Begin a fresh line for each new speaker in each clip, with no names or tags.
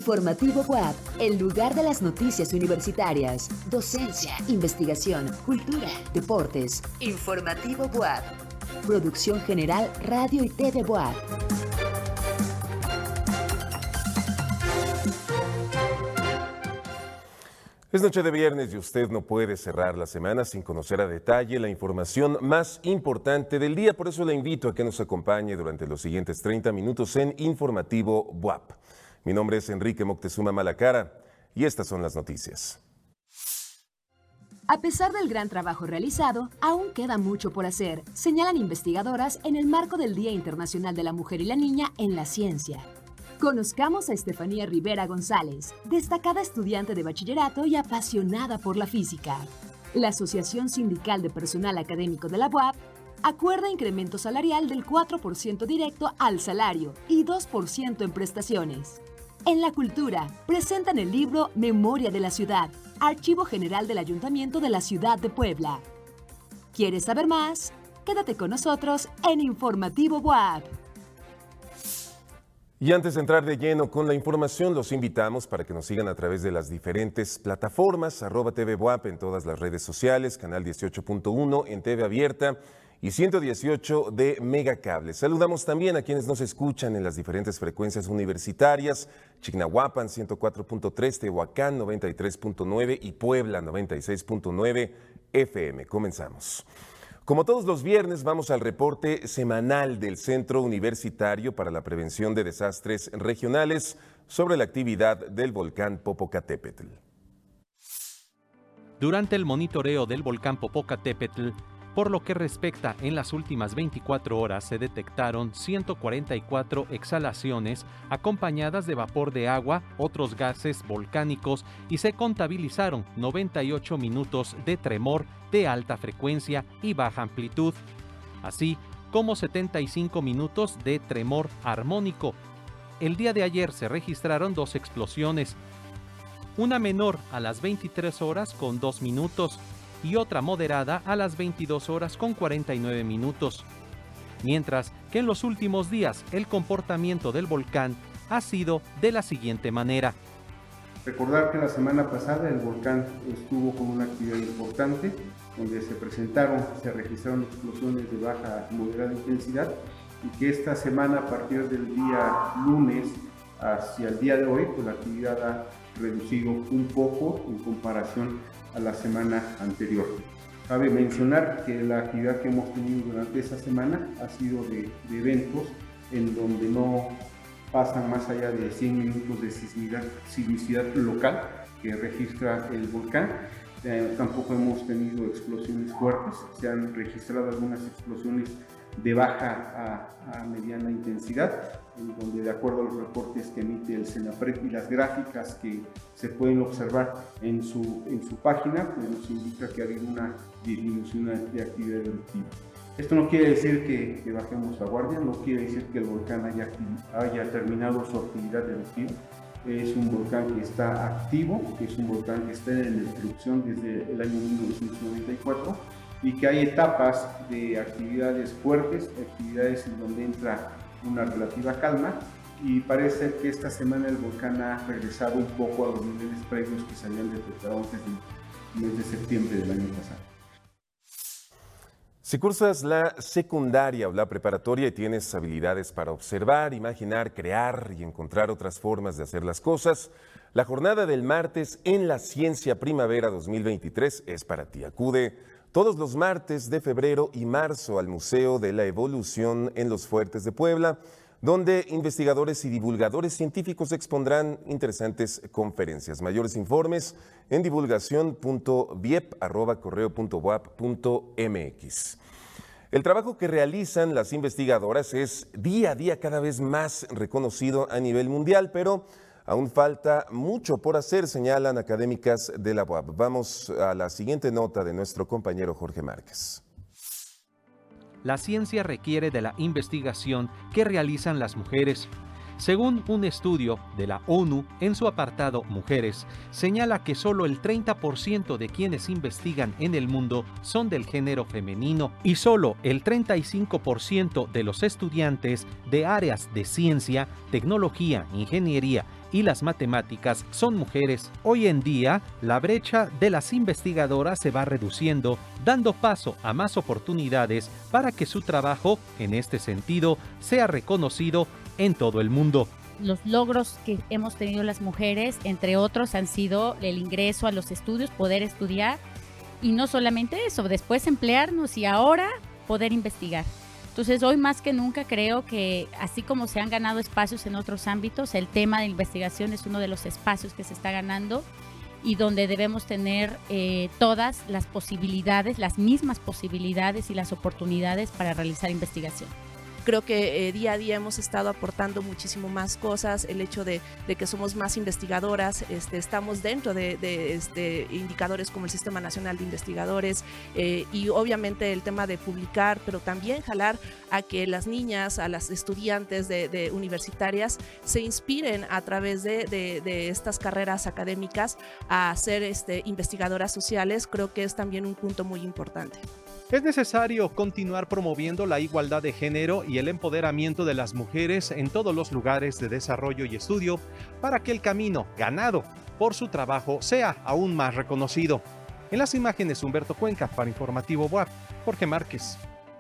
Informativo WAP, el lugar de las noticias universitarias, docencia, investigación, cultura, deportes. Informativo WAP. Producción general Radio y TV WAP.
Es noche de viernes y usted no puede cerrar la semana sin conocer a detalle la información más importante del día. Por eso le invito a que nos acompañe durante los siguientes 30 minutos en Informativo WAP. Mi nombre es Enrique Moctezuma Malacara y estas son las noticias.
A pesar del gran trabajo realizado, aún queda mucho por hacer, señalan investigadoras en el marco del Día Internacional de la Mujer y la Niña en la Ciencia. Conozcamos a Estefanía Rivera González, destacada estudiante de bachillerato y apasionada por la física. La Asociación Sindical de Personal Académico de la UAP acuerda incremento salarial del 4% directo al salario y 2% en prestaciones. En la cultura, presentan el libro Memoria de la Ciudad, Archivo General del Ayuntamiento de la Ciudad de Puebla. ¿Quieres saber más? Quédate con nosotros en Informativo UAP.
Y antes de entrar de lleno con la información, los invitamos para que nos sigan a través de las diferentes plataformas, @TV WAP en todas las redes sociales, canal 18.1 en TV Abierta y 118 de Megacable. Saludamos también a quienes nos escuchan en las diferentes frecuencias universitarias, Chignahuapan 104.3, Tehuacán 93.9 y Puebla 96.9 FM. Comenzamos. Como todos los viernes, vamos al reporte semanal del Centro Universitario para la Prevención de Desastres Regionales sobre la actividad del volcán Popocatépetl.
Durante el monitoreo del volcán Popocatépetl, por lo que respecta en las últimas 24 horas, se detectaron 144 exhalaciones acompañadas de vapor de agua, otros gases volcánicos y se contabilizaron 98 minutos de tremor de alta frecuencia y baja amplitud, así como 75 minutos de tremor armónico. El día de ayer se registraron 2 explosiones, una menor a las 23 horas con 2 minutos y otra moderada a las 22 horas con 49 minutos. Mientras que en los últimos días el comportamiento del volcán ha sido de la siguiente manera.
Recordar que la semana pasada el volcán estuvo con una actividad importante, donde se registraron explosiones de baja y moderada intensidad, y que esta semana, a partir del día lunes hacia el día de hoy, pues la actividad ha reducido un poco en comparación a la semana anterior. Cabe mencionar que la actividad que hemos tenido durante esta semana ha sido de eventos en donde no pasan más allá de 100 minutos de sismicidad local que registra el volcán. Tampoco hemos tenido explosiones fuertes, se han registrado algunas explosiones de baja a mediana intensidad, en donde, de acuerdo a los reportes que emite el CENAPRED y las gráficas que se pueden observar en su página, pues nos indica que ha habido una disminución de actividad eruptiva. Esto no quiere decir que bajemos la guardia, no quiere decir que el volcán haya terminado su actividad eruptiva. Es un volcán que está activo, que es un volcán que está en erupción desde el año 1994 y que hay etapas de actividades fuertes, actividades en donde entra una relativa calma, y parece que esta semana el volcán ha regresado un poco a los niveles previos que se habían detectado antes del mes de septiembre del año pasado.
Si cursas la secundaria o la preparatoria y tienes habilidades para observar, imaginar, crear y encontrar otras formas de hacer las cosas, la jornada del martes en la Ciencia Primavera 2023 es para ti. Acude todos los martes de febrero y marzo al Museo de la Evolución en Los Fuertes de Puebla, donde investigadores y divulgadores científicos expondrán interesantes conferencias. Mayores informes en divulgación.viep@correo.wap.mx. El trabajo que realizan las investigadoras es día a día cada vez más reconocido a nivel mundial, pero aún falta mucho por hacer, señalan académicas de la UAP. Vamos a la siguiente nota de nuestro compañero Jorge Márquez.
La ciencia requiere de la investigación que realizan las mujeres. Según un estudio de la ONU en su apartado Mujeres, señala que solo el 30% de quienes investigan en el mundo son del género femenino y solo el 35% de los estudiantes de áreas de ciencia, tecnología, ingeniería y las matemáticas son mujeres. Hoy en día, la brecha de las investigadoras se va reduciendo, dando paso a más oportunidades para que su trabajo, en este sentido, sea reconocido en todo el mundo.
Los logros que hemos tenido las mujeres, entre otros, han sido el ingreso a los estudios, poder estudiar, y no solamente eso, después emplearnos y ahora poder investigar. Entonces, hoy más que nunca creo que así como se han ganado espacios en otros ámbitos, el tema de investigación es uno de los espacios que se está ganando y donde debemos tener todas las posibilidades, las mismas posibilidades y las oportunidades para realizar investigación.
Creo que día a día hemos estado aportando muchísimo más cosas, el hecho de que somos más investigadoras, estamos dentro de indicadores como el Sistema Nacional de Investigadores y obviamente el tema de publicar, pero también jalar a que las niñas, a las estudiantes de universitarias se inspiren a través de estas carreras académicas a ser investigadoras sociales. Creo que es también un punto muy importante.
Es necesario continuar promoviendo la igualdad de género y el empoderamiento de las mujeres en todos los lugares de desarrollo y estudio para que el camino ganado por su trabajo sea aún más reconocido. En las imágenes, Humberto Cuenca, para Informativo BUAP, Jorge Márquez.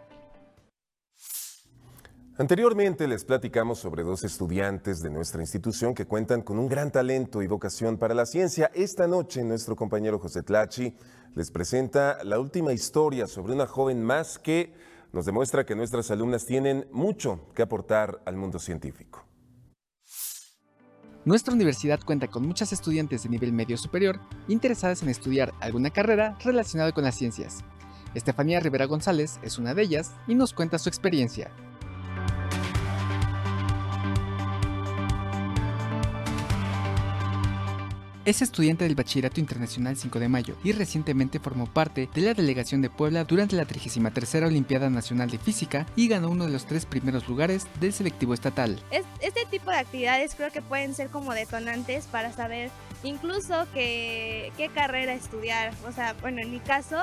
Anteriormente les platicamos sobre dos estudiantes de nuestra institución que cuentan con un gran talento y vocación para la ciencia. Esta noche nuestro compañero José Tlachi les presenta la última historia sobre una joven más que nos demuestra que nuestras alumnas tienen mucho que aportar al mundo científico.
Nuestra universidad cuenta con muchas estudiantes de nivel medio superior interesadas en estudiar alguna carrera relacionada con las ciencias. Estefanía Rivera González es una de ellas y nos cuenta su experiencia. Es estudiante del Bachillerato Internacional 5 de Mayo y recientemente formó parte de la delegación de Puebla durante la 33ª Olimpiada Nacional de Física y ganó uno de los 3 primeros lugares del selectivo estatal.
Este tipo de actividades creo que pueden ser como detonantes para saber incluso qué carrera estudiar. O sea, bueno, en mi caso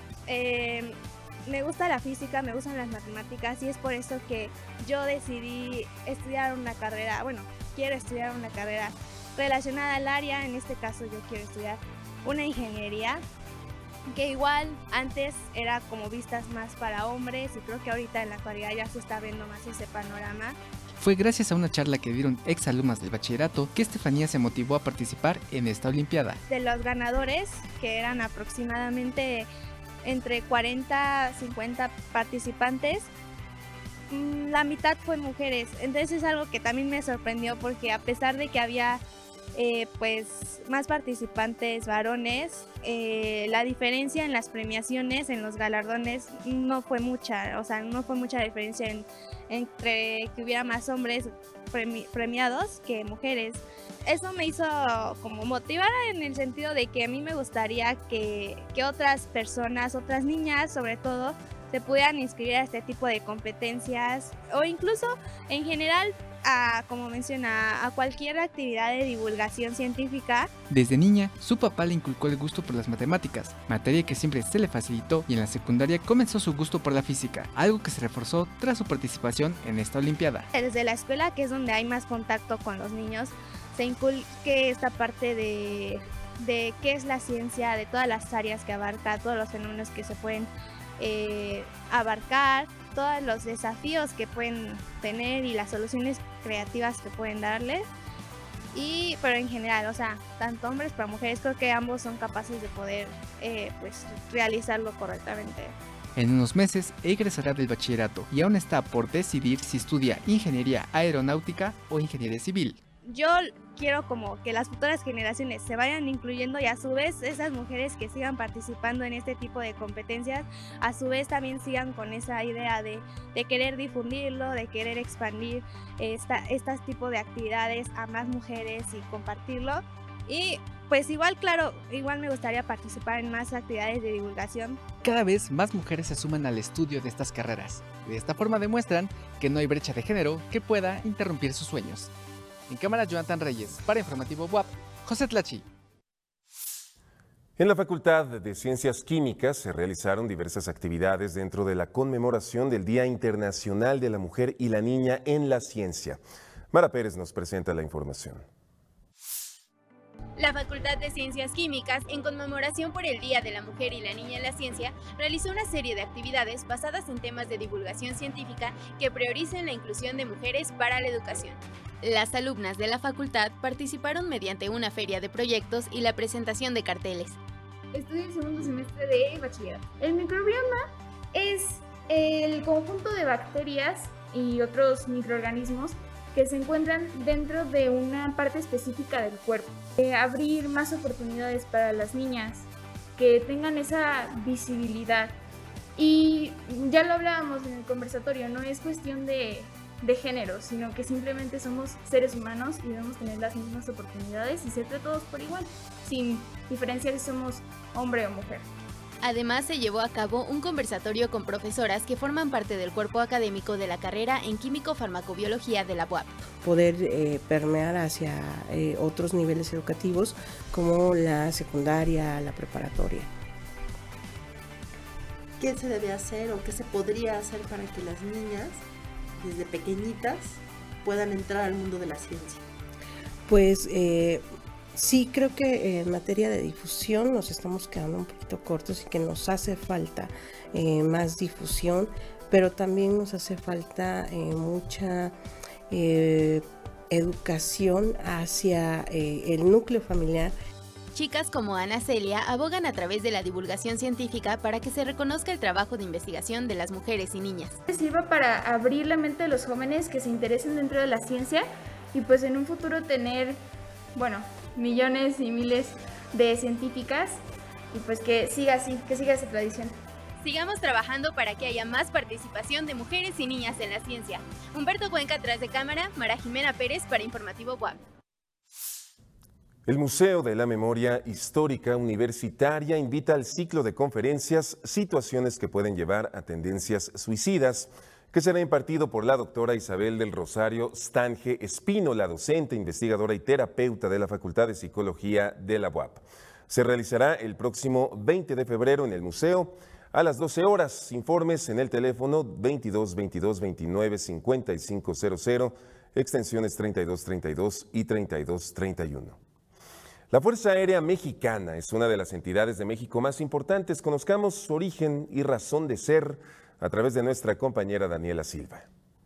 me gusta la física, me gustan las matemáticas y es por eso que yo decidí estudiar una carrera, quiero estudiar una carrera relacionada al área. En este caso yo quiero estudiar una ingeniería que igual antes era como vistas más para hombres y creo que ahorita en la actualidad ya se está viendo más ese panorama.
Fue gracias a una charla que dieron exalumnas del bachillerato que Estefanía se motivó a participar en esta olimpiada.
De los ganadores, que eran aproximadamente entre 40 a 50 participantes, la mitad fue mujeres. Entonces es algo que también me sorprendió porque a pesar de que había más participantes varones, la diferencia en las premiaciones, en los galardones no fue mucha, no fue mucha diferencia entre que hubiera más hombres premiados que mujeres. Eso me hizo como motivar en el sentido de que a mí me gustaría que otras personas, otras niñas sobre todo, se pudieran inscribir a este tipo de competencias o incluso en general como menciona, a cualquier actividad de divulgación científica.
Desde niña, su papá le inculcó el gusto por las matemáticas, materia que siempre se le facilitó, y en la secundaria comenzó su gusto por la física, algo que se reforzó tras su participación en esta olimpiada.
Desde la escuela, que es donde hay más contacto con los niños, se inculque esta parte de qué es la ciencia, de todas las áreas que abarca, todos los fenómenos que se pueden abarcar, todos los desafíos que pueden tener y las soluciones creativas que pueden darles. Pero en general, tanto hombres como mujeres, creo que ambos son capaces de poder realizarlo correctamente.
En unos meses egresará del bachillerato y aún está por decidir si estudia ingeniería aeronáutica o ingeniería civil.
Yo quiero como que las futuras generaciones se vayan incluyendo y a su vez esas mujeres que sigan participando en este tipo de competencias, a su vez también sigan con esa idea de querer difundirlo, de querer expandir este tipo de actividades a más mujeres y compartirlo. Y igual me gustaría participar en más actividades de divulgación.
Cada vez más mujeres se suman al estudio de estas carreras y de esta forma demuestran que no hay brecha de género que pueda interrumpir sus sueños. En cámara, Jonathan Reyes, para Informativo BUAP, José Tlachi.
En la Facultad de Ciencias Químicas se realizaron diversas actividades dentro de la conmemoración del Día Internacional de la Mujer y la Niña en la Ciencia. Mara Pérez nos presenta la información.
La Facultad de Ciencias Químicas, en conmemoración por el Día de la Mujer y la Niña en la Ciencia, realizó una serie de actividades basadas en temas de divulgación científica que prioricen la inclusión de mujeres para la educación. Las alumnas de la facultad participaron mediante una feria de proyectos y la presentación de carteles.
Estudio el segundo semestre de bachillerato. El microbioma es el conjunto de bacterias y otros microorganismos que se encuentran dentro de una parte específica del cuerpo. Abrir más oportunidades para las niñas, que tengan esa visibilidad. Y ya lo hablábamos en el conversatorio, no es cuestión de género, sino que simplemente somos seres humanos y debemos tener las mismas oportunidades y ser tratados por igual, sin diferenciar si somos hombre o mujer.
Además, se llevó a cabo un conversatorio con profesoras que forman parte del cuerpo académico de la carrera en Químico-Farmacobiología de la UAP.
Poder permear hacia otros niveles educativos como la secundaria, la preparatoria.
¿Qué se debe hacer o qué se podría hacer para que las niñas, desde pequeñitas, puedan entrar al mundo de la ciencia?
Pues sí, creo que en materia de difusión nos estamos quedando un poquito cortos y que nos hace falta más difusión, pero también nos hace falta mucha educación hacia el núcleo familiar.
Chicas como Ana Celia abogan a través de la divulgación científica para que se reconozca el trabajo de investigación de las mujeres y niñas.
Sirva para abrir la mente de los jóvenes que se interesen dentro de la ciencia y pues en un futuro tener, millones y miles de científicas y pues que siga así, que siga esa tradición.
Sigamos trabajando para que haya más participación de mujeres y niñas en la ciencia. Humberto Cuenca atrás de cámara, Mara Jimena Pérez para Informativo WAP.
El Museo de la Memoria Histórica Universitaria invita al ciclo de conferencias Situaciones que pueden llevar a tendencias suicidas, que será impartido por la doctora Isabel del Rosario Stange Espino, la docente, investigadora y terapeuta de la Facultad de Psicología de la UAP. Se realizará el próximo 20 de febrero en el museo a las 12 horas. Informes en el teléfono 22 22 29 5500, extensiones 3232 y 3231. La Fuerza Aérea Mexicana es una de las entidades de México más importantes. Conozcamos su origen y razón de ser a través de nuestra compañera Daniela Silva.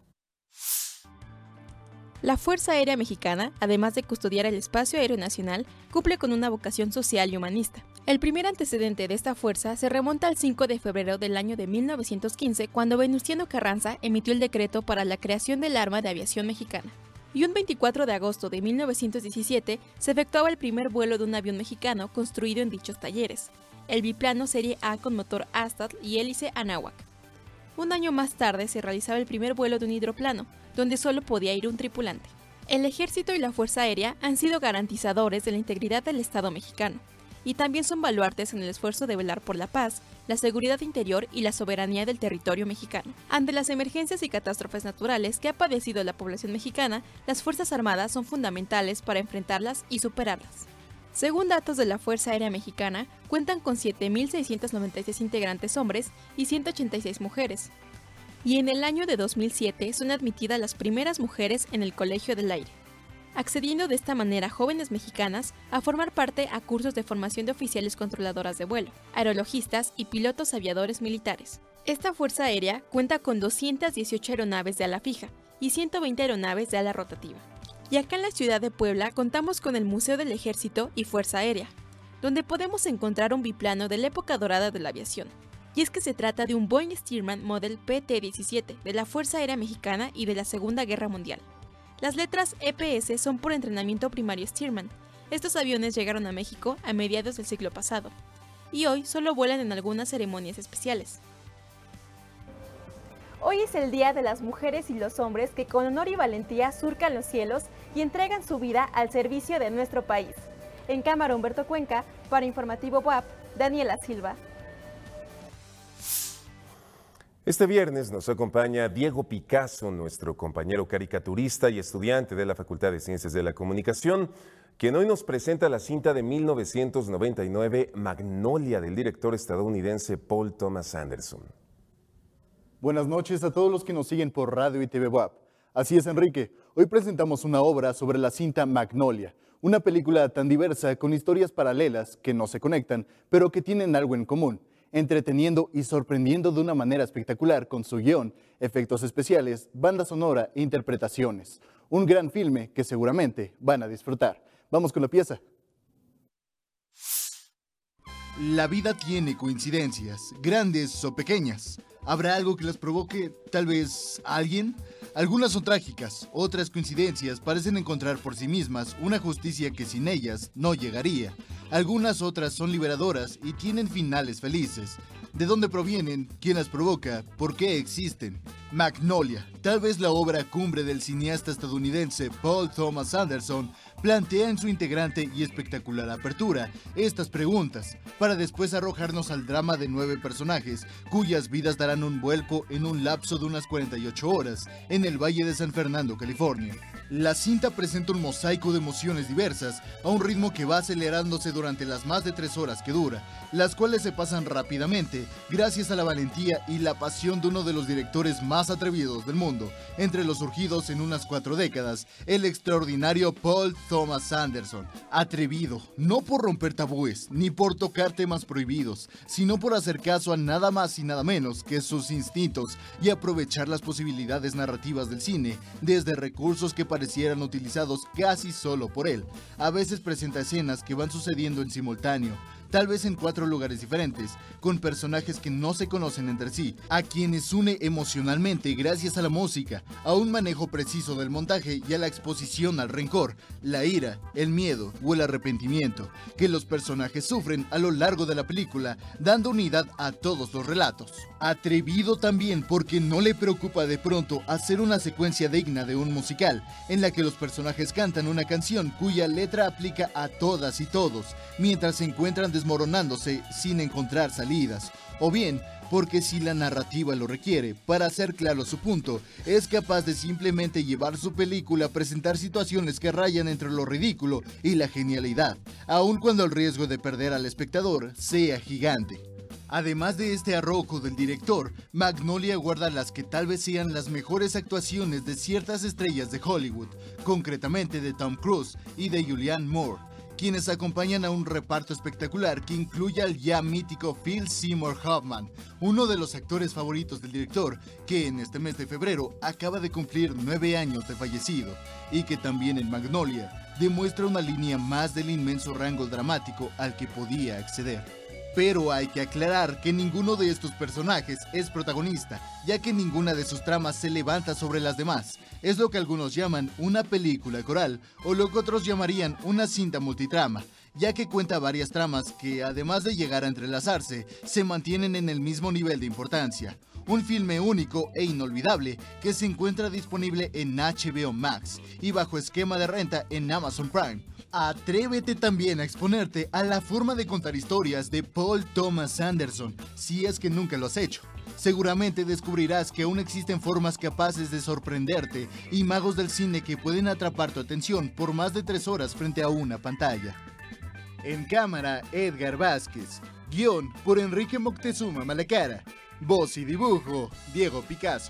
La Fuerza Aérea Mexicana, además de custodiar el espacio aéreo nacional, cumple con una vocación social y humanista. El primer antecedente de esta fuerza se remonta al 5 de febrero del año de 1915, cuando Venustiano Carranza emitió el decreto para la creación del Arma de Aviación Mexicana. Y un 24 de agosto de 1917 se efectuaba el primer vuelo de un avión mexicano construido en dichos talleres, el biplano Serie A con motor Aztl y hélice Anáhuac. Un año más tarde se realizaba el primer vuelo de un hidroplano, donde solo podía ir un tripulante. El Ejército y la Fuerza Aérea han sido garantizadores de la integridad del Estado mexicano, y también son baluartes en el esfuerzo de velar por la paz, la seguridad interior y la soberanía del territorio mexicano. Ante las emergencias y catástrofes naturales que ha padecido la población mexicana, las Fuerzas Armadas son fundamentales para enfrentarlas y superarlas. Según datos de la Fuerza Aérea Mexicana, cuentan con 7.696 integrantes hombres y 186 mujeres. Y en el año de 2007 son admitidas las primeras mujeres en el Colegio del Aire, accediendo de esta manera jóvenes mexicanas a formar parte a cursos de formación de oficiales controladoras de vuelo, aerologistas y pilotos aviadores militares. Esta Fuerza Aérea cuenta con 218 aeronaves de ala fija y 120 aeronaves de ala rotativa. Y acá en la ciudad de Puebla contamos con el Museo del Ejército y Fuerza Aérea, donde podemos encontrar un biplano de la época dorada de la aviación. Y es que se trata de un Boeing Stearman Model PT-17 de la Fuerza Aérea Mexicana y de la Segunda Guerra Mundial. Las letras EPS son por entrenamiento primario Stearman. Estos aviones llegaron a México a mediados del siglo pasado, y hoy solo vuelan en algunas ceremonias especiales.
Hoy es el Día de las Mujeres y los Hombres que con honor y valentía surcan los cielos y entregan su vida al servicio de nuestro país. En cámara Humberto Cuenca, para Informativo WAP, Daniela Silva.
Este viernes nos acompaña Diego Picasso, nuestro compañero caricaturista y estudiante de la Facultad de Ciencias de la Comunicación, quien hoy nos presenta la cinta de 1999, Magnolia, del director estadounidense Paul Thomas Anderson.
Buenas noches a todos los que nos siguen por Radio y TV WAP. Así es, Enrique. Hoy presentamos una obra sobre la cinta Magnolia, una película tan diversa con historias paralelas que no se conectan, pero que tienen algo en común, entreteniendo y sorprendiendo de una manera espectacular con su guión, efectos especiales, banda sonora e interpretaciones. Un gran filme que seguramente van a disfrutar. Vamos con la pieza. La vida tiene coincidencias, grandes o pequeñas. ¿Habrá algo que las provoque, tal vez, a alguien? Algunas son trágicas, otras coincidencias parecen encontrar por sí mismas una justicia que sin ellas no llegaría. Algunas otras son liberadoras y tienen finales felices. ¿De dónde provienen? ¿Quién las provoca? ¿Por qué existen? Magnolia, tal vez la obra cumbre del cineasta estadounidense Paul Thomas Anderson, plantea en su integrante y espectacular apertura estas preguntas, para después arrojarnos al drama de 9 personajes, cuyas vidas darán un vuelco en un lapso de unas 48 horas, en el Valle de San Fernando, California. La cinta presenta un mosaico de emociones diversas, a un ritmo que va acelerándose durante las más de 3 horas que dura, las cuales se pasan rápidamente, gracias a la valentía y la pasión de uno de los directores más atrevidos del mundo, entre los surgidos en unas 4 décadas, el extraordinario Paul Thomas Anderson. Atrevido, no por romper tabúes, ni por tocar temas prohibidos, sino por hacer caso a nada más y nada menos que sus instintos y aprovechar las posibilidades narrativas del cine, desde recursos que parecieran utilizados casi solo por él. A veces presenta escenas que van sucediendo en simultáneo, tal vez en 4 lugares diferentes, con personajes que no se conocen entre sí, a quienes une emocionalmente gracias a la música, a un manejo preciso del montaje y a la exposición al rencor, la ira, el miedo o el arrepentimiento, que los personajes sufren a lo largo de la película, dando unidad a todos los relatos. Atrevido también porque no le preocupa de pronto hacer una secuencia digna de un musical, en la que los personajes cantan una canción cuya letra aplica a todas y todos, mientras se encuentran desmoronándose sin encontrar salidas, o bien porque si la narrativa lo requiere, para hacer claro su punto, es capaz de simplemente llevar su película a presentar situaciones que rayan entre lo ridículo y la genialidad, aun cuando el riesgo de perder al espectador sea gigante. Además de este arrojo del director, Magnolia guarda las que tal vez sean las mejores actuaciones de ciertas estrellas de Hollywood, concretamente de Tom Cruise y de Julianne Moore, quienes acompañan a un reparto espectacular que incluye al ya mítico Philip Seymour Hoffman, uno de los actores favoritos del director, que en este mes de febrero acaba de cumplir 9 años de fallecido, y que también en Magnolia demuestra una línea más del inmenso rango dramático al que podía acceder. Pero hay que aclarar que ninguno de estos personajes es protagonista, ya que ninguna de sus tramas se levanta sobre las demás. Es lo que algunos llaman una película coral, o lo que otros llamarían una cinta multitrama, ya que cuenta varias tramas que, además de llegar a entrelazarse, se mantienen en el mismo nivel de importancia. Un filme único e inolvidable que se encuentra disponible en HBO Max y bajo esquema de renta en Amazon Prime. Atrévete también a exponerte a la forma de contar historias de Paul Thomas Anderson, si es que nunca lo has hecho. Seguramente descubrirás que aún existen formas capaces de sorprenderte y magos del cine que pueden atrapar tu atención por más de 3 horas frente a una pantalla. En cámara, Edgar Vázquez. Guión por Enrique Moctezuma Malacara. Voz y dibujo, Diego Picasso.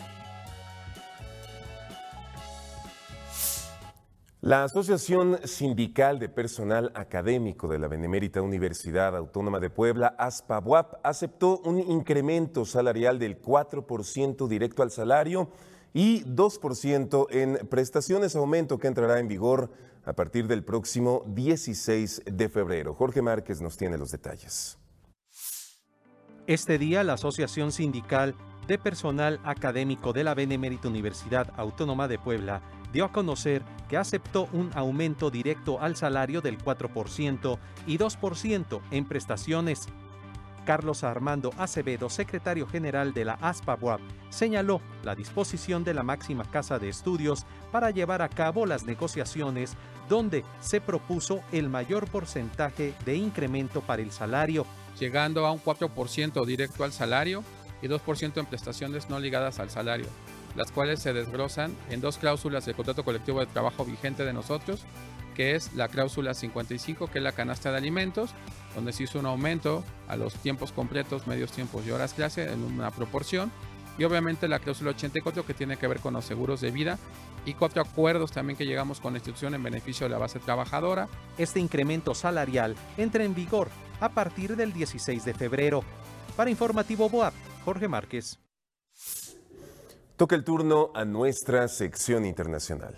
La Asociación Sindical de Personal Académico de la Benemérita Universidad Autónoma de Puebla, ASPA-BUAP, aceptó un incremento salarial del 4% directo al salario y 2% en prestaciones, aumento que entrará en vigor a partir del próximo 16 de febrero. Jorge Márquez nos tiene los detalles.
Este día, la Asociación Sindical de Personal Académico de la Benemérita Universidad Autónoma de Puebla dio a conocer que aceptó un aumento directo al salario del 4% y 2% en prestaciones. Carlos Armando Acevedo, secretario general de la ASPA-BUAP, señaló la disposición de la máxima casa de estudios para llevar a cabo las negociaciones donde se propuso el mayor porcentaje de incremento para el salario,
llegando a un 4% directo al salario y 2% en prestaciones no ligadas al salario, las cuales se desglosan en 2 cláusulas del contrato colectivo de trabajo vigente de nosotros, que es la cláusula 55, que es la canasta de alimentos, donde se hizo un aumento a los tiempos completos, medios tiempos y horas clase en una proporción, y obviamente la cláusula 84 que tiene que ver con los seguros de vida y 4 acuerdos también que llegamos con la institución en beneficio de la base trabajadora.
Este incremento salarial entra en vigor a partir del 16 de febrero. Para Informativo BOAP, Jorge Márquez.
Toca el turno a nuestra sección internacional.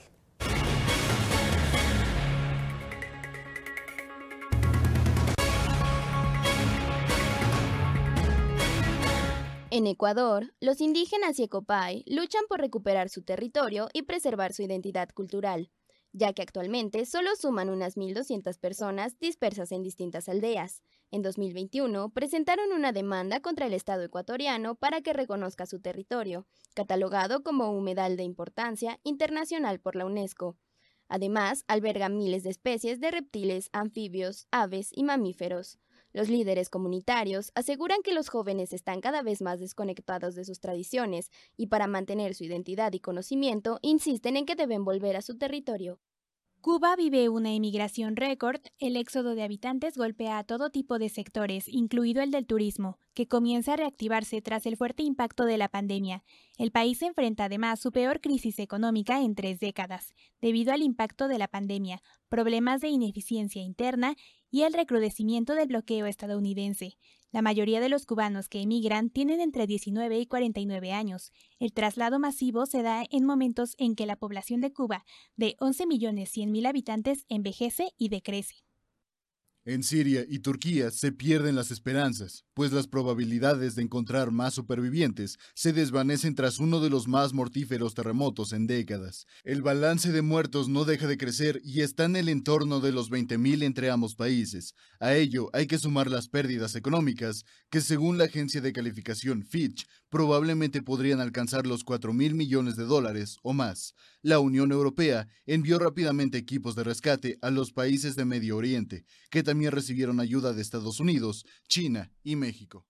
En Ecuador, los indígenas Yecopay luchan por recuperar su territorio y preservar su identidad cultural, ya que actualmente solo suman unas 1.200 personas dispersas en distintas aldeas. En 2021 presentaron una demanda contra el Estado ecuatoriano para que reconozca su territorio, catalogado como humedal de importancia internacional por la UNESCO. Además, alberga miles de especies de reptiles, anfibios, aves y mamíferos. Los líderes comunitarios aseguran que los jóvenes están cada vez más desconectados de sus tradiciones y para mantener su identidad y conocimiento insisten en que deben volver a su territorio.
Cuba vive una emigración récord, el éxodo de habitantes golpea a todo tipo de sectores, incluido el del turismo, que comienza a reactivarse tras el fuerte impacto de la pandemia. El país enfrenta además su peor crisis económica en 3 décadas, debido al impacto de la pandemia, problemas de ineficiencia interna y el recrudecimiento del bloqueo estadounidense. La mayoría de los cubanos que emigran tienen entre 19 y 49 años. El traslado masivo se da en momentos en que la población de Cuba, de 11.100.000 habitantes, envejece y decrece.
En Siria y Turquía se pierden las esperanzas, pues las probabilidades de encontrar más supervivientes se desvanecen tras uno de los más mortíferos terremotos en décadas. El balance de muertos no deja de crecer y está en el entorno de los 20.000 entre ambos países. A ello hay que sumar las pérdidas económicas, que según la agencia de calificación Fitch, probablemente podrían alcanzar los $4.000 millones o más. La Unión Europea envió rápidamente equipos de rescate a los países de Medio Oriente, que también recibieron ayuda de Estados Unidos, China y México.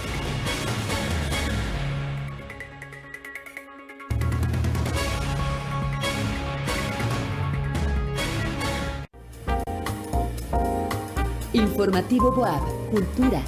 Informativo BOAP, Cultura.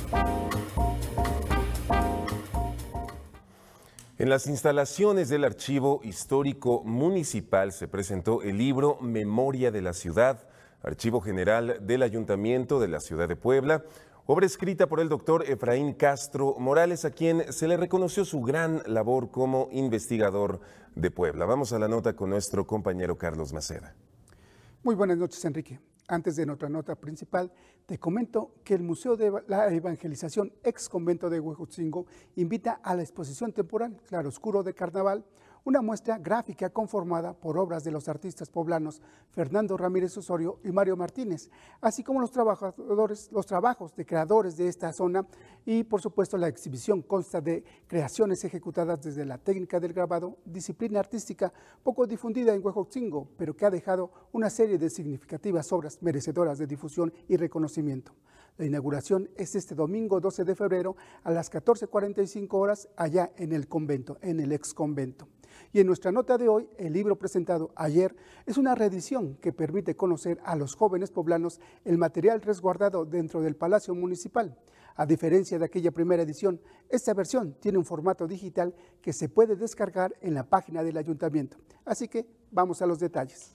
En las instalaciones del Archivo Histórico Municipal se presentó el libro Memoria de la Ciudad, Archivo General del Ayuntamiento de la Ciudad de Puebla, obra escrita por el doctor Efraín Castro Morales, a quien se le reconoció su gran labor como investigador de Puebla. Vamos a la nota con nuestro compañero Carlos Maceda.
Muy buenas noches, Enrique. Antes de nuestra nota principal, te comento que el Museo de la Evangelización Ex Convento de Huejotzingo invita a la exposición temporal Claroscuro de Carnaval, una muestra gráfica conformada por obras de los artistas poblanos Fernando Ramírez Osorio y Mario Martínez, así como los trabajos de creadores de esta zona, y por supuesto la exhibición consta de creaciones ejecutadas desde la técnica del grabado, disciplina artística poco difundida en Huejotzingo, pero que ha dejado una serie de significativas obras merecedoras de difusión y reconocimiento. La inauguración es este domingo 12 de febrero a las 14:45 horas allá en el convento, en el ex convento. Y en nuestra nota de hoy, el libro presentado ayer es una reedición que permite conocer a los jóvenes poblanos el material resguardado dentro del Palacio Municipal. A diferencia de aquella primera edición, esta versión tiene un formato digital que se puede descargar en la página del ayuntamiento. Así que vamos a los detalles.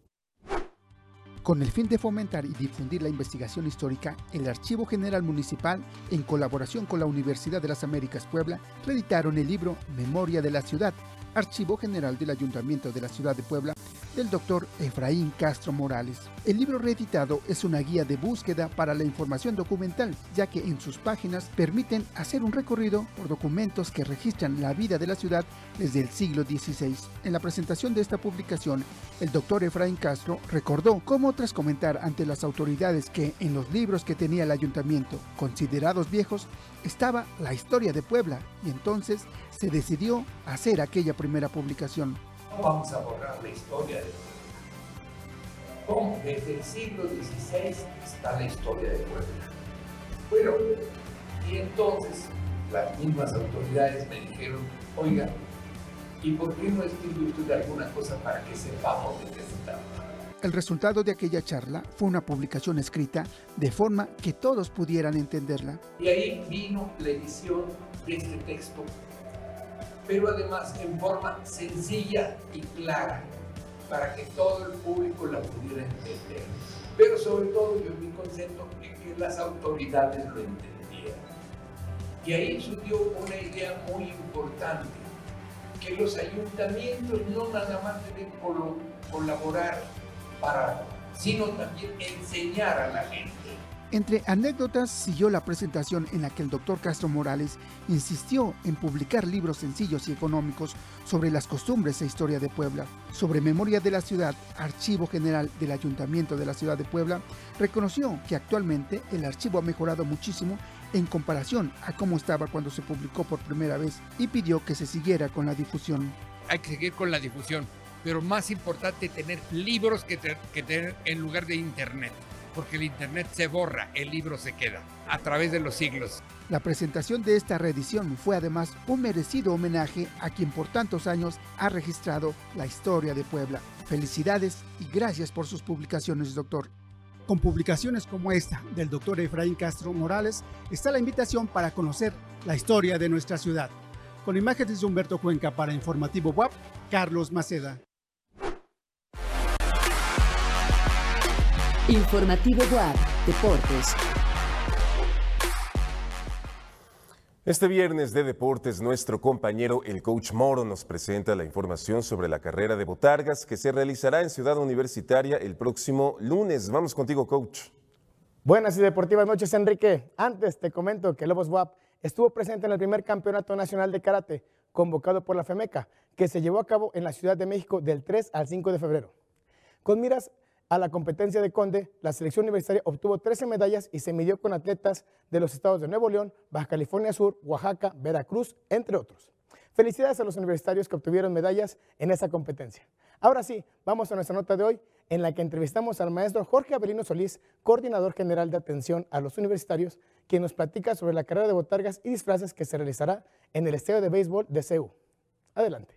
Con el fin de fomentar y difundir la investigación histórica, el Archivo General Municipal, en colaboración con la Universidad de las Américas Puebla, reeditaron el libro Memoria de la Ciudad, Archivo General del Ayuntamiento de la Ciudad de Puebla, del doctor Efraín Castro Morales. El libro reeditado es una guía de búsqueda para la información documental, ya que en sus páginas permiten hacer un recorrido por documentos que registran la vida de la ciudad desde el siglo XVI. En la presentación de esta publicación, el doctor Efraín Castro recordó cómo tras comentar ante las autoridades que en los libros que tenía el ayuntamiento, considerados viejos, estaba la historia de Puebla, y entonces se decidió hacer aquella primera publicación.
No vamos a borrar la historia de Puebla. Desde el siglo XVI está la historia de Puebla. Bueno, y entonces las mismas autoridades me dijeron, oiga, ¿y por qué no escribe usted alguna cosa para que sepamos de qué se trata?
El resultado de aquella charla fue una publicación escrita de forma que todos pudieran entenderla.
Y ahí vino la edición de este texto. pero además en forma sencilla y clara, para que todo el público la pudiera entender. Pero sobre todo yo me concentro en que las autoridades lo entendieran. Y ahí surgió una idea muy importante, que los ayuntamientos no nada más deben colaborar sino también enseñar a la gente.
Entre anécdotas siguió la presentación en la que el doctor Castro Morales insistió en publicar libros sencillos y económicos sobre las costumbres e historia de Puebla. Sobre Memoria de la Ciudad, Archivo General del Ayuntamiento de la Ciudad de Puebla, reconoció que actualmente el archivo ha mejorado muchísimo en comparación a cómo estaba cuando se publicó por primera vez y pidió que se siguiera con la difusión.
Hay que seguir con la difusión, pero más importante tener libros que tener en lugar de internet. Porque el internet se borra, el libro se queda a través de los siglos.
La presentación de esta reedición fue además un merecido homenaje a quien por tantos años ha registrado la historia de Puebla. Felicidades y gracias por sus publicaciones, doctor.
Con publicaciones como esta del doctor Efraín Castro Morales está la invitación para conocer la historia de nuestra ciudad. Con imágenes de Humberto Cuenca para Informativo WAP, Carlos Maceda.
Informativo WAP, Deportes.
Este viernes de deportes, nuestro compañero el coach Moro nos presenta la información sobre la carrera de botargas que se realizará en Ciudad Universitaria el próximo lunes. Vamos contigo, coach.
Buenas y deportivas noches, Enrique. Antes te comento que Lobos WAP estuvo presente en el primer Campeonato Nacional de Karate, convocado por la FEMECA, que se llevó a cabo en la Ciudad de México del 3 al 5 de febrero. Con miras a la competencia de Conde, la selección universitaria obtuvo 13 medallas y se midió con atletas de los estados de Nuevo León, Baja California Sur, Oaxaca, Veracruz, entre otros. Felicidades a los universitarios que obtuvieron medallas en esa competencia. Ahora sí, vamos a nuestra nota de hoy, en la que entrevistamos al maestro Jorge Avelino Solís, coordinador general de atención a los universitarios, quien nos platica sobre la carrera de botargas y disfraces que se realizará en el estadio de béisbol de CU. Adelante.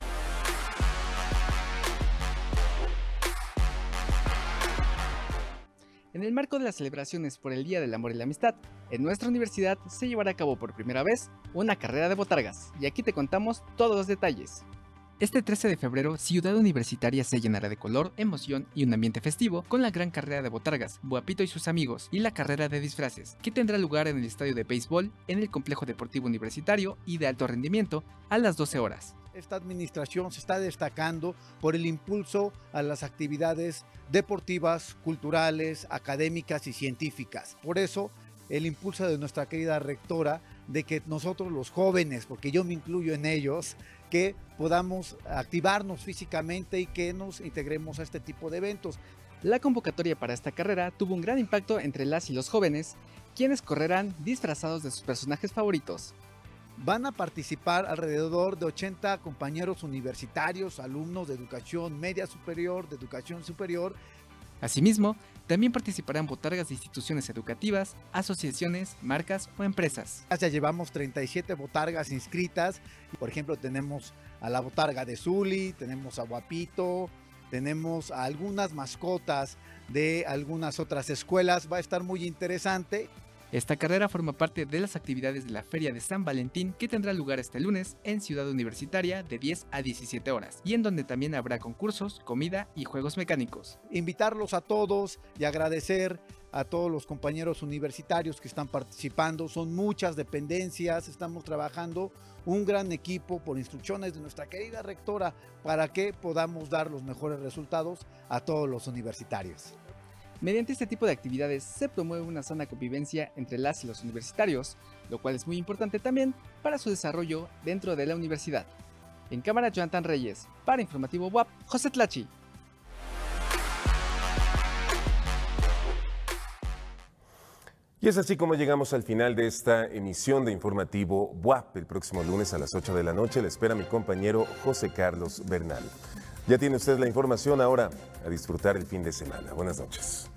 En el marco de las celebraciones por el Día del Amor y la Amistad, en nuestra universidad se llevará a cabo por primera vez una carrera de botargas, y aquí te contamos todos los detalles. Este 13 de febrero, Ciudad Universitaria se llenará de color, emoción y un ambiente festivo con la gran carrera de botargas, Boapito y sus amigos, y la carrera de disfraces, que tendrá lugar en el estadio de béisbol, en el Complejo Deportivo Universitario y de alto rendimiento, a las 12 horas.
Esta administración se está destacando por el impulso a las actividades deportivas, culturales, académicas y científicas. Por eso, el impulso de nuestra querida rectora de que nosotros los jóvenes, porque yo me incluyo en ellos, que podamos activarnos físicamente y que nos integremos a este tipo de eventos.
La convocatoria para esta carrera tuvo un gran impacto entre las y los jóvenes, quienes correrán disfrazados de sus personajes favoritos.
Van a participar alrededor de 80 compañeros universitarios, alumnos de educación media superior, de educación superior.
Asimismo, también participarán botargas de instituciones educativas, asociaciones, marcas o empresas.
Ya llevamos 37 botargas inscritas. Por ejemplo, tenemos a la botarga de Zuli, tenemos a Guapito, tenemos a algunas mascotas de algunas otras escuelas. Va a estar muy interesante.
Esta carrera forma parte de las actividades de la Feria de San Valentín, que tendrá lugar este lunes en Ciudad Universitaria de 10 a 17 horas y en donde también habrá concursos, comida y juegos mecánicos.
Invitarlos a todos y agradecer a todos los compañeros universitarios que están participando. Son muchas dependencias, estamos trabajando un gran equipo por instrucciones de nuestra querida rectora para que podamos dar los mejores resultados a todos los universitarios.
Mediante este tipo de actividades se promueve una sana convivencia entre las y los universitarios, lo cual es muy importante también para su desarrollo dentro de la universidad. En cámara, Jonathan Reyes. Para Informativo WAP, José Tlachi.
Y es así como llegamos al final de esta emisión de Informativo WAP. El próximo lunes a las 8 de la noche le espera mi compañero José Carlos Bernal. Ya tiene usted la información, ahora a disfrutar el fin de semana. Buenas noches.